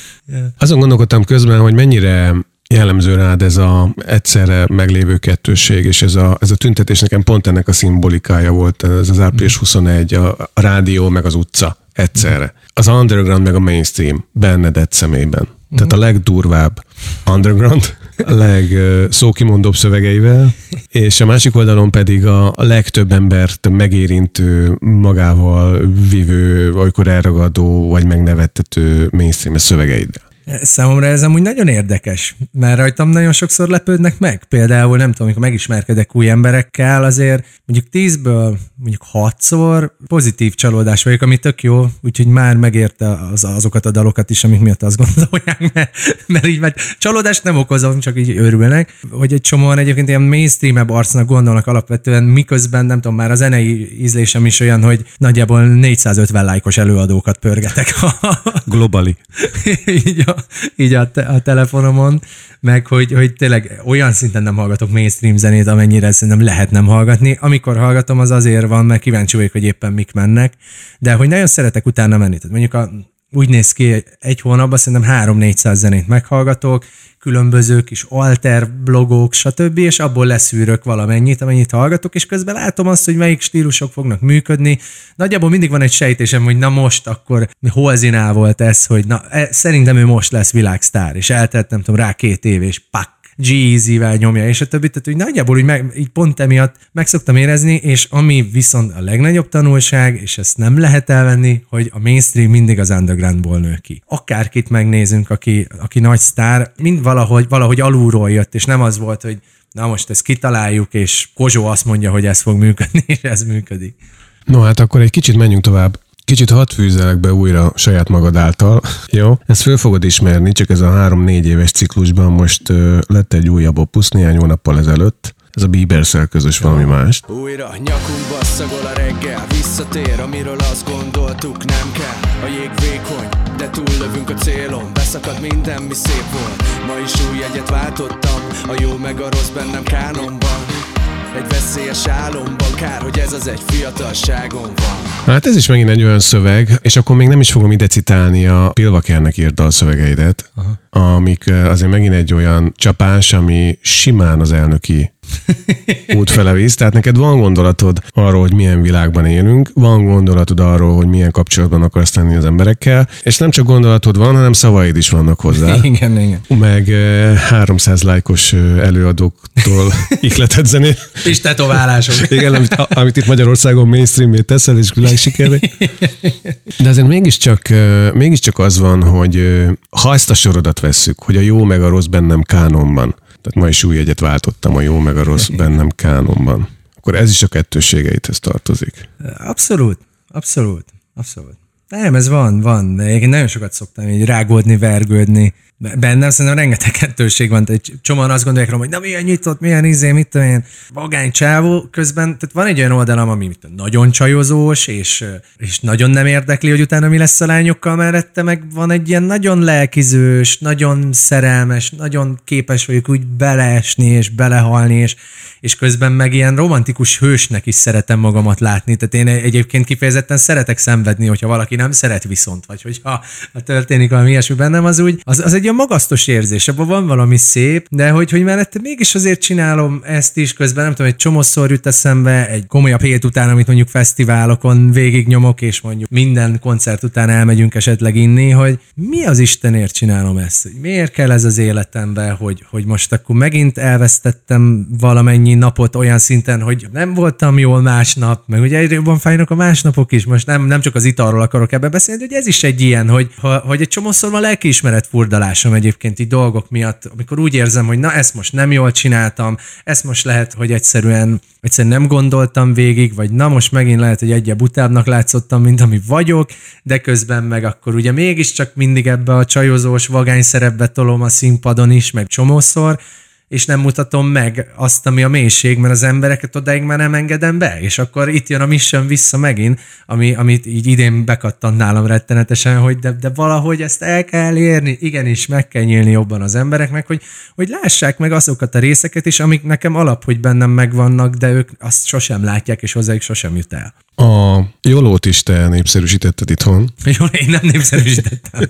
Azon gondolkodtam közben, hogy mennyire jellemző rád ez a egyszerre meglévő kettősség, és ez a tüntetés nekem pont ennek a szimbolikája volt, ez az április 21, a rádió meg az utca egyszerre. Az underground meg a mainstream bennedett szemében. Tehát a legdurvább underground, a legszókimondóbb szövegeivel, és a másik oldalon pedig a legtöbb embert megérintő, magával vívő, olykor elragadó vagy megnevettető mainstream szövegeiddel. Számomra ez amúgy nagyon érdekes, mert rajtam nagyon sokszor lepődnek meg. Például nem tudom, amikor megismerkedek új emberekkel, azért mondjuk 10-ből mondjuk 6-szor pozitív csalódás vagyok, ami tök jó, úgyhogy már megérte azokat a dalokat is, amik miatt azt gondolják, mert így már csalódást nem okozom, csak így örülnek, hogy egy csomóan egyébként ilyen mainstream-ebb arcnak gondolnak alapvetően, miközben nem tudom, már a zenei ízlésem is olyan, hogy nagyjából 450 lájkos előadókat pörgetek. Globali. így a telefonomon, meg hogy tényleg olyan szinten nem hallgatok mainstream zenét, amennyire szerintem lehet nem hallgatni. Amikor hallgatom, az azért van, mert kíváncsi vagyok, hogy éppen mik mennek, de hogy nagyon szeretek utána menni. Tehát mondjuk úgy néz ki, egy hónapban szerintem 300-400 zenét meghallgatok, különböző kis alter blogok, stb., és abból leszűrök valamennyit, amennyit hallgatok, és közben látom azt, hogy melyik stílusok fognak működni. Nagyjából mindig van egy sejtésem, hogy na most akkor Holzinál volt ez, hogy na szerintem ő most lesz világsztár, és eltelt nem tudom rá 2 év, és pak, G-Eazy-vel nyomja, és a többi, tehát úgy nagyjából így pont emiatt meg szoktam érezni, és ami viszont a legnagyobb tanulság, és ezt nem lehet elvenni, hogy a mainstream mindig az undergroundból nő ki. Akárkit megnézünk, aki nagy sztár, mind valahogy alulról jött, és nem az volt, hogy na most ezt kitaláljuk, és Kozsó azt mondja, hogy ez fog működni, és ez működik. No hát akkor egy kicsit menjünk tovább. Kicsit hadd fűzzelek be újra saját magad által. Jó? Ezt föl fogod ismerni, csak ez a 3-4 éves ciklusban most lett egy újabb opusz néhány hónappal ezelőtt. Ez a Bieberszel közös valami mást. Újra nyakunkba szagol a reggel, visszatér, amiről azt gondoltuk nem kell. A jég vékony, de túllövünk a célon, beszakad minden, mi szép volt. Ma is új jegyet váltottam, a jó meg a rossz bennem kánonban. Egy veszélyes álomban, kár, hogy ez az egy fiatalságon van. Hát ez is megint egy olyan szöveg, és akkor még nem is fogom ide citálni a Pilvakernek írt dalszövegeidet, amik azért megint egy olyan csapás, ami simán az elnöki útfele visz. Tehát neked van gondolatod arról, hogy milyen világban élünk, van gondolatod arról, hogy milyen kapcsolatban akarsz lenni az emberekkel, és nem csak gondolatod van, hanem szavaid is vannak hozzá. Igen. Meg 300 lájkos előadóktól ihletett zenét. És tetoválások. Igen, amit itt Magyarországon mainstream-é teszel, és világsikerre. De azért mégiscsak az van, hogy ha ezt a sorodat vesszük, hogy a jó meg a rossz bennem kánonban, tehát ma is új jegyet váltottam, a jó meg a rossz bennem kánonban, akkor ez is a kettősségeithez tartozik. Abszolút. Nem, ez van. De én nagyon sokat szoktam így rágódni, vergődni. Bennem szerintem rengeteg kettőség van. Egy csomóan azt gondolják róla, hogy na milyen nyitott, milyen mit tudom én, vagány csávó. Közben tehát van egy olyan oldalam, ami nagyon csajozós, és nagyon nem érdekli, hogy utána mi lesz a lányokkal mellette, meg van egy ilyen nagyon lelkizős, nagyon szerelmes, nagyon képes vagyok úgy beleesni és belehalni, és közben meg ilyen romantikus hősnek is szeretem magamat látni. Tehát én egyébként kifejezetten szeretek szenvedni, hogyha valaki nem szeret viszont, vagy hogyha történik valami ilyesmi bennem, az egy olyan magasztos érzés, abban van valami szép, de hogy mellette mégis azért csinálom ezt is, közben nem tudom, egy csomószor jut eszembe, egy komolyabb hét után, amit mondjuk fesztiválokon végignyomok, és mondjuk minden koncert után elmegyünk esetleg inni, hogy mi az Istenért csinálom ezt? Hogy miért kell ez az életembe, hogy most akkor megint elvesztettem valamennyi napot olyan szinten, hogy nem voltam jól másnap, meg ugye egyre jobban fájnak a másnapok is, most nem csak az italról akarok ebbe beszélni, hogy ez is egy ilyen, hogy egy csomószor van lelkiismeret furdalásom egyébként így dolgok miatt, amikor úgy érzem, hogy na ezt most nem jól csináltam, ezt most lehet, hogy egyszerűen nem gondoltam végig, vagy na most megint lehet, hogy egyre butábbnak látszottam, mint ami vagyok, de közben meg akkor ugye mégiscsak mindig ebbe a csajozós vagány szerepbe tolom a színpadon is, meg csomószor, és nem mutatom meg azt, ami a mélység, mert az embereket odáig már nem engedem be, és akkor itt jön a mission vissza megint, amit így idén bekattant nálam rettenetesen, hogy de valahogy ezt el kell érni, igenis meg kell nyílni jobban az embereknek, hogy lássák meg azokat a részeket is, amik nekem alap, hogy bennem megvannak, de ők azt sosem látják, és hozzájuk sosem jut el. A Jolót is te népszerűsítetted itthon. Jó, én nem népszerűsítettem.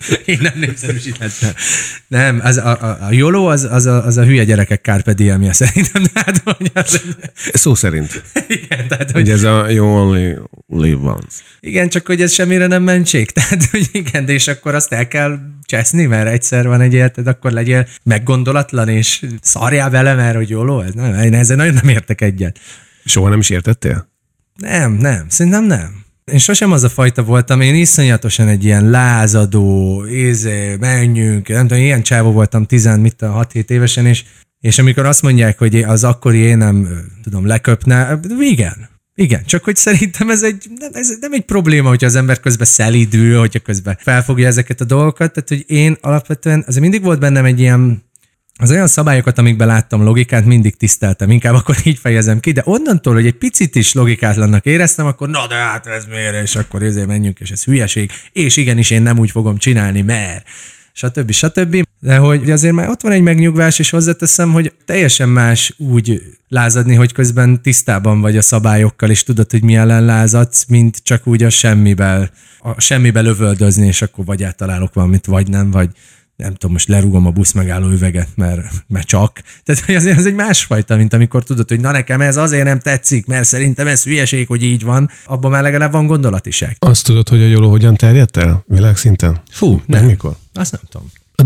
Nem, a Joló az a hülye gyerekek Carpe Diemje szerintem. Tehát, hogy Szó szerint. Igen, tehát, hogy ez a You Only Live Once. Igen, csak hogy ez semmire nem mentség. Tehát, hogy igen, de és akkor azt el kell cseszni, mert egyszer van egy életed, akkor legyél meggondolatlan, és szarjál vele, mert hogy Joló, ezzel nagyon nem értek egyet. Soha nem is értettél? Nem, szerintem nem. Én sosem az a fajta voltam, én iszonyatosan egy ilyen lázadó, menjünk, nem tudom, ilyen csávó voltam 6-7 évesen, és amikor azt mondják, hogy az akkori én nem tudom leköpne, igen, csak hogy szerintem ez nem egy probléma, hogyha az ember közben szelídül, hogyha közben felfogja ezeket a dolgokat, tehát hogy én alapvetően, azért mindig volt bennem egy ilyen, az olyan szabályokat, amikben láttam logikát, mindig tiszteltem, inkább akkor így fejezem ki, de onnantól, hogy egy picit is logikátlannak éreztem, akkor na de hát ez miért, és akkor ezért menjünk, és ez hülyeség, és igenis én nem úgy fogom csinálni, mert stb. De hogy azért már ott van egy megnyugvás, és hozzáteszem, hogy teljesen más úgy lázadni, hogy közben tisztában vagy a szabályokkal, és tudod, hogy mi ellen lázadsz, mint csak úgy a semmibe lövöldözni, és akkor vagy áttalálok valamit, vagy nem tudom, most lerúgom a busz megálló üveget, mert csak. Tehát hogy azért az egy másfajta, mint amikor tudod, hogy na nekem ez azért nem tetszik, mert szerintem ez hülyeség, hogy így van, abban már legalább van gondolatiság. Azt tudod, hogy a Joló hogyan terjedt el világszinten? Fú, nem. Mikor? Azt nem tudom. A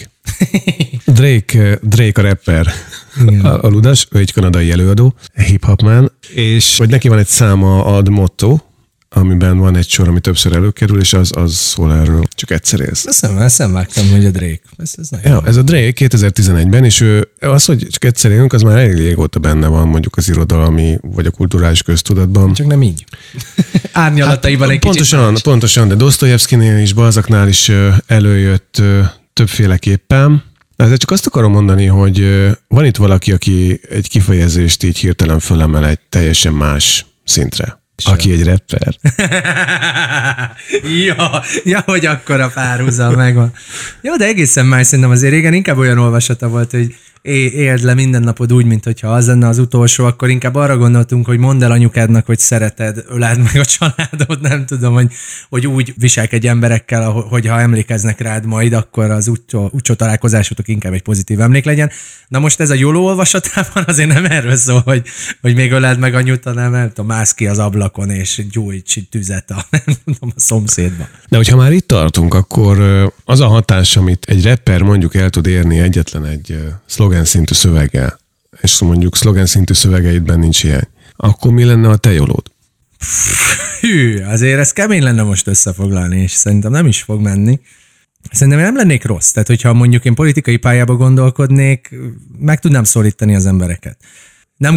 Drake a rapper, a ludas, ő egy kanadai előadó, hip-hopman, és vagy neki van egy száma, ad motto, amiben van egy sor, ami többször előkerül, és az szól erről. Csak egyszer élsz. Ezt nem vágtam, hogy a Drake. Ez a Drake 2011-ben, és ő az, hogy csak egyszer élünk, az már elég régóta benne van mondjuk az irodalmi, vagy a kulturális köztudatban. Csak nem így. Árnyalataiban egy kicsit. Pontosan, de Dostoyevskynél is, Balzacnál is előjött többféleképpen. De csak azt akarom mondani, hogy van itt valaki, aki egy kifejezést így hirtelen fölemel egy teljesen más szintre. Aki egy rapper. ja, hogy akkor a párhuzam megvan. Jó, de egészen más szerintem azért régen inkább olyan olvasata volt, hogy éld le minden napod úgy, mintha az lenne az utolsó, akkor inkább arra gondoltunk, hogy mondd el anyukádnak, hogy szereted, öleld meg a családot, nem tudom, hogy úgy viselkedj emberekkel, hogyha emlékeznek rád majd, akkor az utcsó találkozásotok inkább egy pozitív emlék legyen. Na most ez a Joló olvasatában azért nem erről szól, hogy még öleld meg anyut, hanem nem tudom, mász ki az ablakon, és gyújts tüzet a szomszédba. De hogyha már itt tartunk, akkor az a hatás, amit egy rapper mondjuk el tud érni egyetlen egy szlogen szintű szöveggel, és mondjuk szlogen szintű szövegeidben nincs hiány, akkor mi lenne a te Jolód? Azért ez kemény lenne most összefoglalni, és szerintem nem is fog menni. Szerintem nem lennék rossz. Tehát, hogyha mondjuk én politikai pályába gondolkodnék, meg tudnám szólítani az embereket. Nem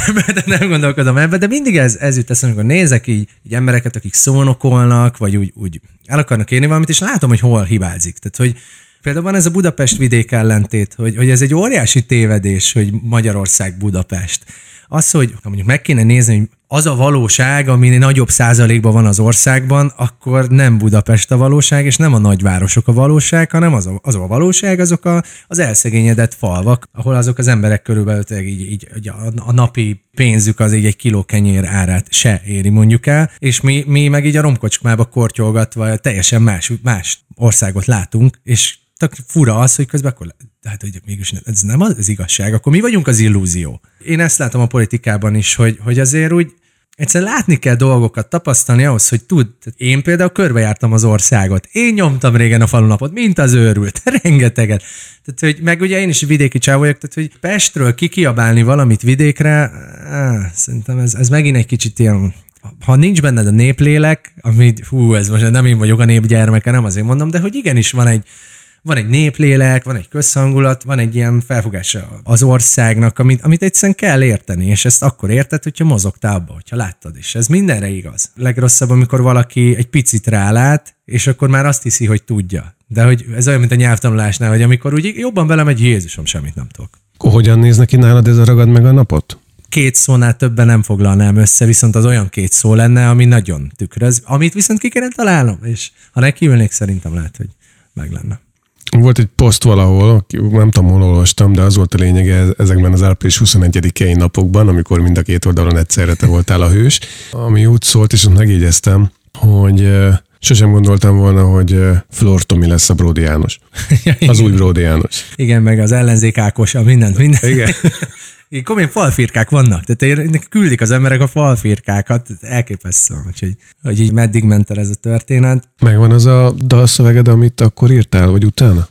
gondolkodom ebbe, de mindig ez jut eszembe, amikor nézek így embereket, akik szónokolnak, vagy úgy el akarnak érni valamit, és látom, hogy hol hibázik. Tehát, hogy például van ez a Budapest-vidék ellentét, hogy ez egy óriási tévedés, hogy Magyarország Budapest. Az, hogy mondjuk meg kéne nézni, hogy az a valóság, ami nagyobb százalékban van az országban, akkor nem Budapest a valóság, és nem a nagyvárosok a valóság, hanem az a valóság, azok az elszegényedett falvak, ahol azok az emberek körülbelül így a napi pénzük az így egy kiló kenyér árát se éri mondjuk el, és mi meg így a romkocsmába kortyolgatva teljesen más országot látunk, és tök fura az, hogy közben akkor hát, hogy mégis ez nem az igazság, akkor mi vagyunk az illúzió. Én ezt látom a politikában is, hogy azért úgy egyszerűen látni kell dolgokat, tapasztalni ahhoz, hogy tud. Én például körbejártam az országot. Én nyomtam régen a falunapot, mint az őrült. Rengeteget. Tehát, hogy meg ugye én is vidéki csávó vagyok, tehát, hogy Pestről kiabálni valamit vidékre, szerintem ez megint egy kicsit ilyen, ha nincs benned a néplélek, amit, ez most nem én vagyok a népgyermeke, nem azért mondom, de hogy igenis van egy néplélek, van egy közhangulat, van egy ilyen felfogása az országnak, amit egyszerűen kell érteni, és ezt akkor érted, hogyha mozogtál abba, hogyha láttad, és ez mindenre igaz. Legrosszabb, amikor valaki egy picit rálát, és akkor már azt hiszi, hogy tudja. De hogy ez olyan, mint a nyelvtanulásnál, hogy amikor úgy jobban belemegy, Jézusom, semmit nem tudok. Hogyan néz neki nálad ez a ragad meg a napot? 2 szónál többen nem foglalnám össze, viszont az olyan 2 szó lenne, ami nagyon tükröz, amit viszont ki kellene találnom, és ha nekiülnék, szerintem lehet, hogy meg lenne. Volt egy poszt valahol, nem tudom, hol olvastam, de az volt a lényege ezekben az április 21-i napokban, amikor mind a 2 oldalon egyszerre te voltál a hős, ami úgy szólt, és ott megjegyeztem, hogy sosem gondoltam volna, hogy Flór Tomi lesz a Bródi János. Az új Bródi János. Igen, meg az ellenzék Ákosa, mindent. Igen. Komolyan falfirkák vannak, tehát küldik az emberek a falfirkákat, elképesztő, hogy így meddig ment el ez a történet. Megvan az a dalszöveged, amit akkor írtál, vagy utána?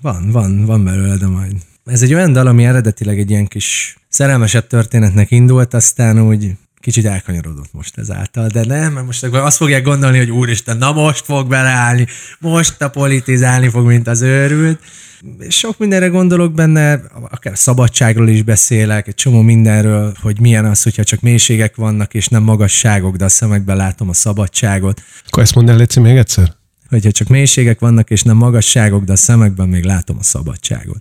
Van belőle, de majd. Ez egy olyan dal, ami eredetileg egy ilyen kis szerelmesebb történetnek indult, aztán úgy kicsit elkanyarodott most ezáltal, de nem, mert most azt fogják gondolni, hogy úristen, na most fog beleállni, most a politizálni fog, mint az őrült. Sok mindenre gondolok benne, akár szabadságról is beszélek, egy csomó mindenről, hogy milyen az, hogyha csak mélységek vannak, és nem magasságok, de a szemekben látom a szabadságot. Akkor ezt mondd el, Léci, még egyszer? Hogyha csak mélységek vannak, és nem magasságok, de a szemekben még látom a szabadságot.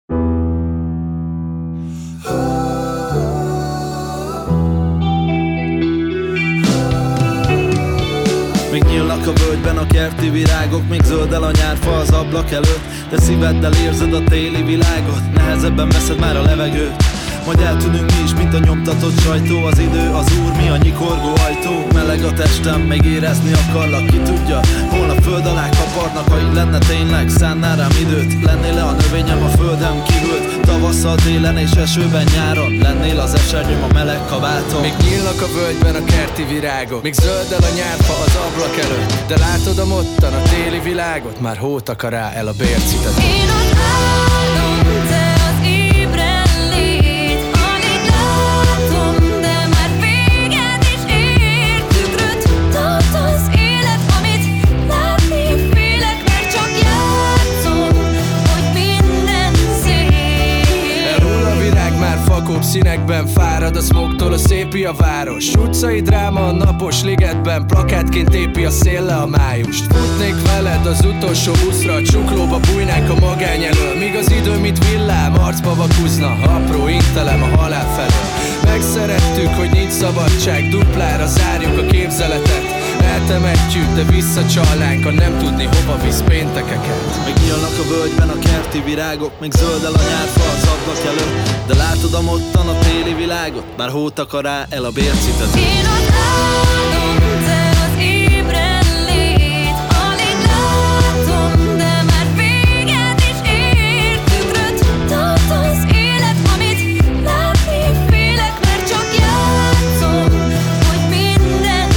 Még nyílnak a völgyben a kerti virágok, még zöldel a nyárfa az ablak előtt, de szíveddel érzed a téli világot, nehezebben veszed már a levegőt. Majd eltűnünk mi is, mint a nyomtatott sajtó, az idő, az úr, mi a nyikorgó ajtó. Meleg a testem, még érezni akarlak, ki tudja, holnap föld alá kaparnak, ha így lenne tényleg, szánnál rám időt. Lennél le a növényem a földem kihűlt, tavasszal, télen és esőben nyáron, lennél az esernyőm a meleg kabátom. Még nyílnak a völgyben a kerti virágok, még zöldel a nyárfa az ablak előtt, de látod a mottan a téli világot, már hót akar rá el a bércitet. Én ott állom, te az ébren légy, alig látom, de már véget is ér. Tükröt tart az élet, amit látni félek, mert csak játszom, hogy minden szép. Elhull a virág, már fakóbb színekben, fárad a smogtól a szépi a város. Utcai dráma a napos ligetben, plakátként tépi a szél le a májust. Futnék veled az utolsó buszra, csuklóba bújnánk a magány elől, míg az idő, mint villám, arcba vakuzna, apró intelem a halál felől. Megszerettük, hogy nincs szabadság, duplára zárjuk a képzeletet. Eltemetjük, de visszacsalnánk, ha nem tudni, hova visz péntekeket. Még nyílnak a völgyben a kerti virágok, még zöldel a nyárfa az ablak előtt, de látod a mottan a téli világot, már hót akar rá el a bércitet. Én ott állom, te az ébren légy, alig látom, de már véget is ér. Tükröt tart az élet, amit látni félek, mert csak játszom, hogy minden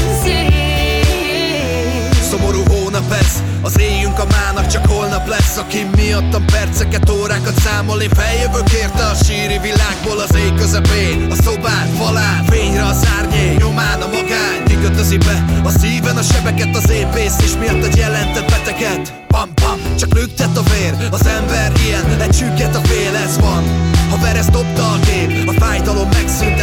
szép. Szomorú hónap ez, az éjünk a mának csak holnap lesz. Aki miattam perceket, órákat számol, én feljövök érte a síri világból. Az éj közepén, a szobán, falán, fényre az árnyék, nyomán a magány. Kikötözi be a szíven a sebeket, az épész is miattad jelentett beteget. Pam pam, csak lüktet a vér, az ember ilyen, egy csügget a fél, ez van. Ha vereszt dobta a gép, a fájdalom megszűnt,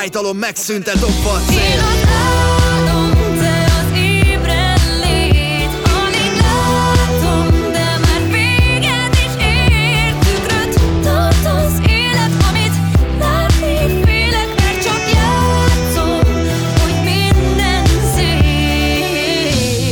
fájdalom megszűnt, dobva a cél. Én az álom, te az ébren lét, alig látom, de már véget is ér. Tükröt tart az élet, amit látni félek, mert csak játszom, hogy minden szép.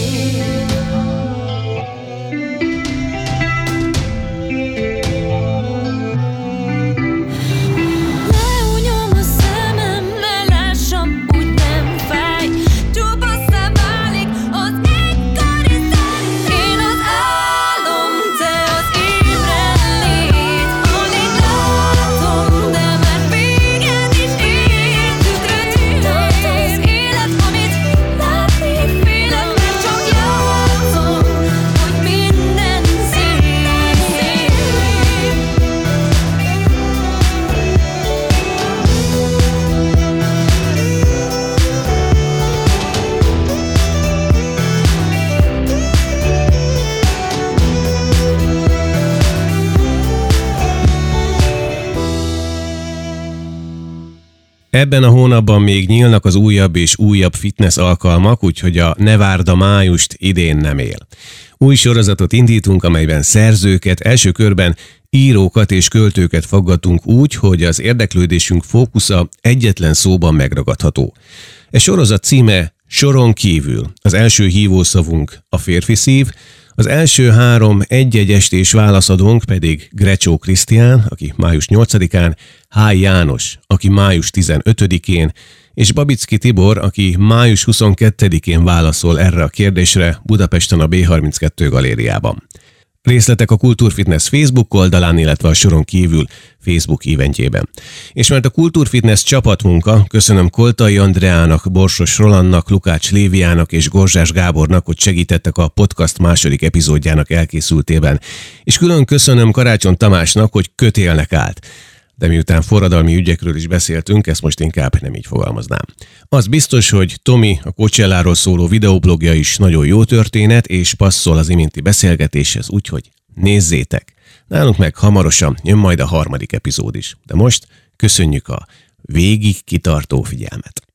Lehunyom a szemem, lelássam, úgy nem fáj. Csupasszá válik az egykori szem. Én az álom, te az ébren lét, alig látom, de már véget is ér. Tükröt tart az élet, amit látni félek, mert csak játszom, hogy minden szép. Ebben a hónapban még nyílnak az újabb és újabb fitness alkalmak, úgyhogy a Ne várd a májust idén nem él. Új sorozatot indítunk, amelyben szerzőket, első körben írókat és költőket faggatunk úgy, hogy az érdeklődésünk fókusza egyetlen szóban megragadható. E sorozat címe Soron kívül. Az első hívószavunk a férfi szív, az első 3 egy-egy estés válaszadónk pedig Grecsó Krisztián, aki május 8-án, Háj János, aki május 15-én, és Babicki Tibor, aki május 22-én válaszol erre a kérdésre Budapesten a B32 galériában. Részletek a Kultúrfitness Facebook oldalán, illetve a Soron kívül Facebook eventjében. És mert a Kultúrfitness csapatmunka, köszönöm Koltai Andreának, Borsos Rolandnak, Lukács Léviának és Gorzsás Gábornak, hogy segítettek a podcast második epizódjának elkészültében. És külön köszönöm Karácsony Tamásnak, hogy kötélnek állt. De miután forradalmi ügyekről is beszéltünk, ezt most inkább nem így fogalmaznám. Az biztos, hogy Tomi a Coachelláról szóló videoblogja is nagyon jó történet, és passzol az iménti beszélgetéshez, úgyhogy nézzétek! Nálunk meg hamarosan jön majd a 3. epizód is. De most köszönjük a végig kitartó figyelmet!